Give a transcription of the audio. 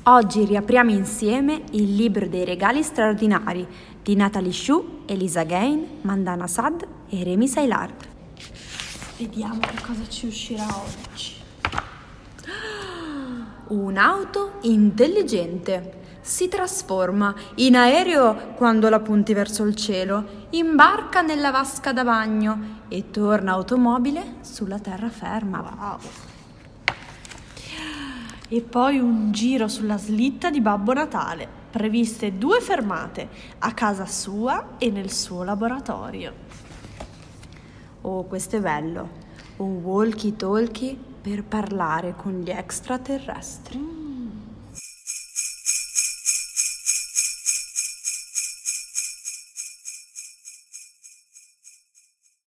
Oggi riapriamo insieme il libro dei regali straordinari di Natalie Shu, Elisa Gain, Mandana Sad e Remy Sailard. Vediamo che cosa ci uscirà oggi. Un'auto intelligente. Si trasforma in aereo quando la punti verso il cielo, imbarca nella vasca da bagno e torna automobile sulla terraferma. Wow. E poi un giro sulla slitta di Babbo Natale. Previste 2 fermate, a casa sua e nel suo laboratorio. Oh, questo è bello. Un walkie-talkie per parlare con gli extraterrestri.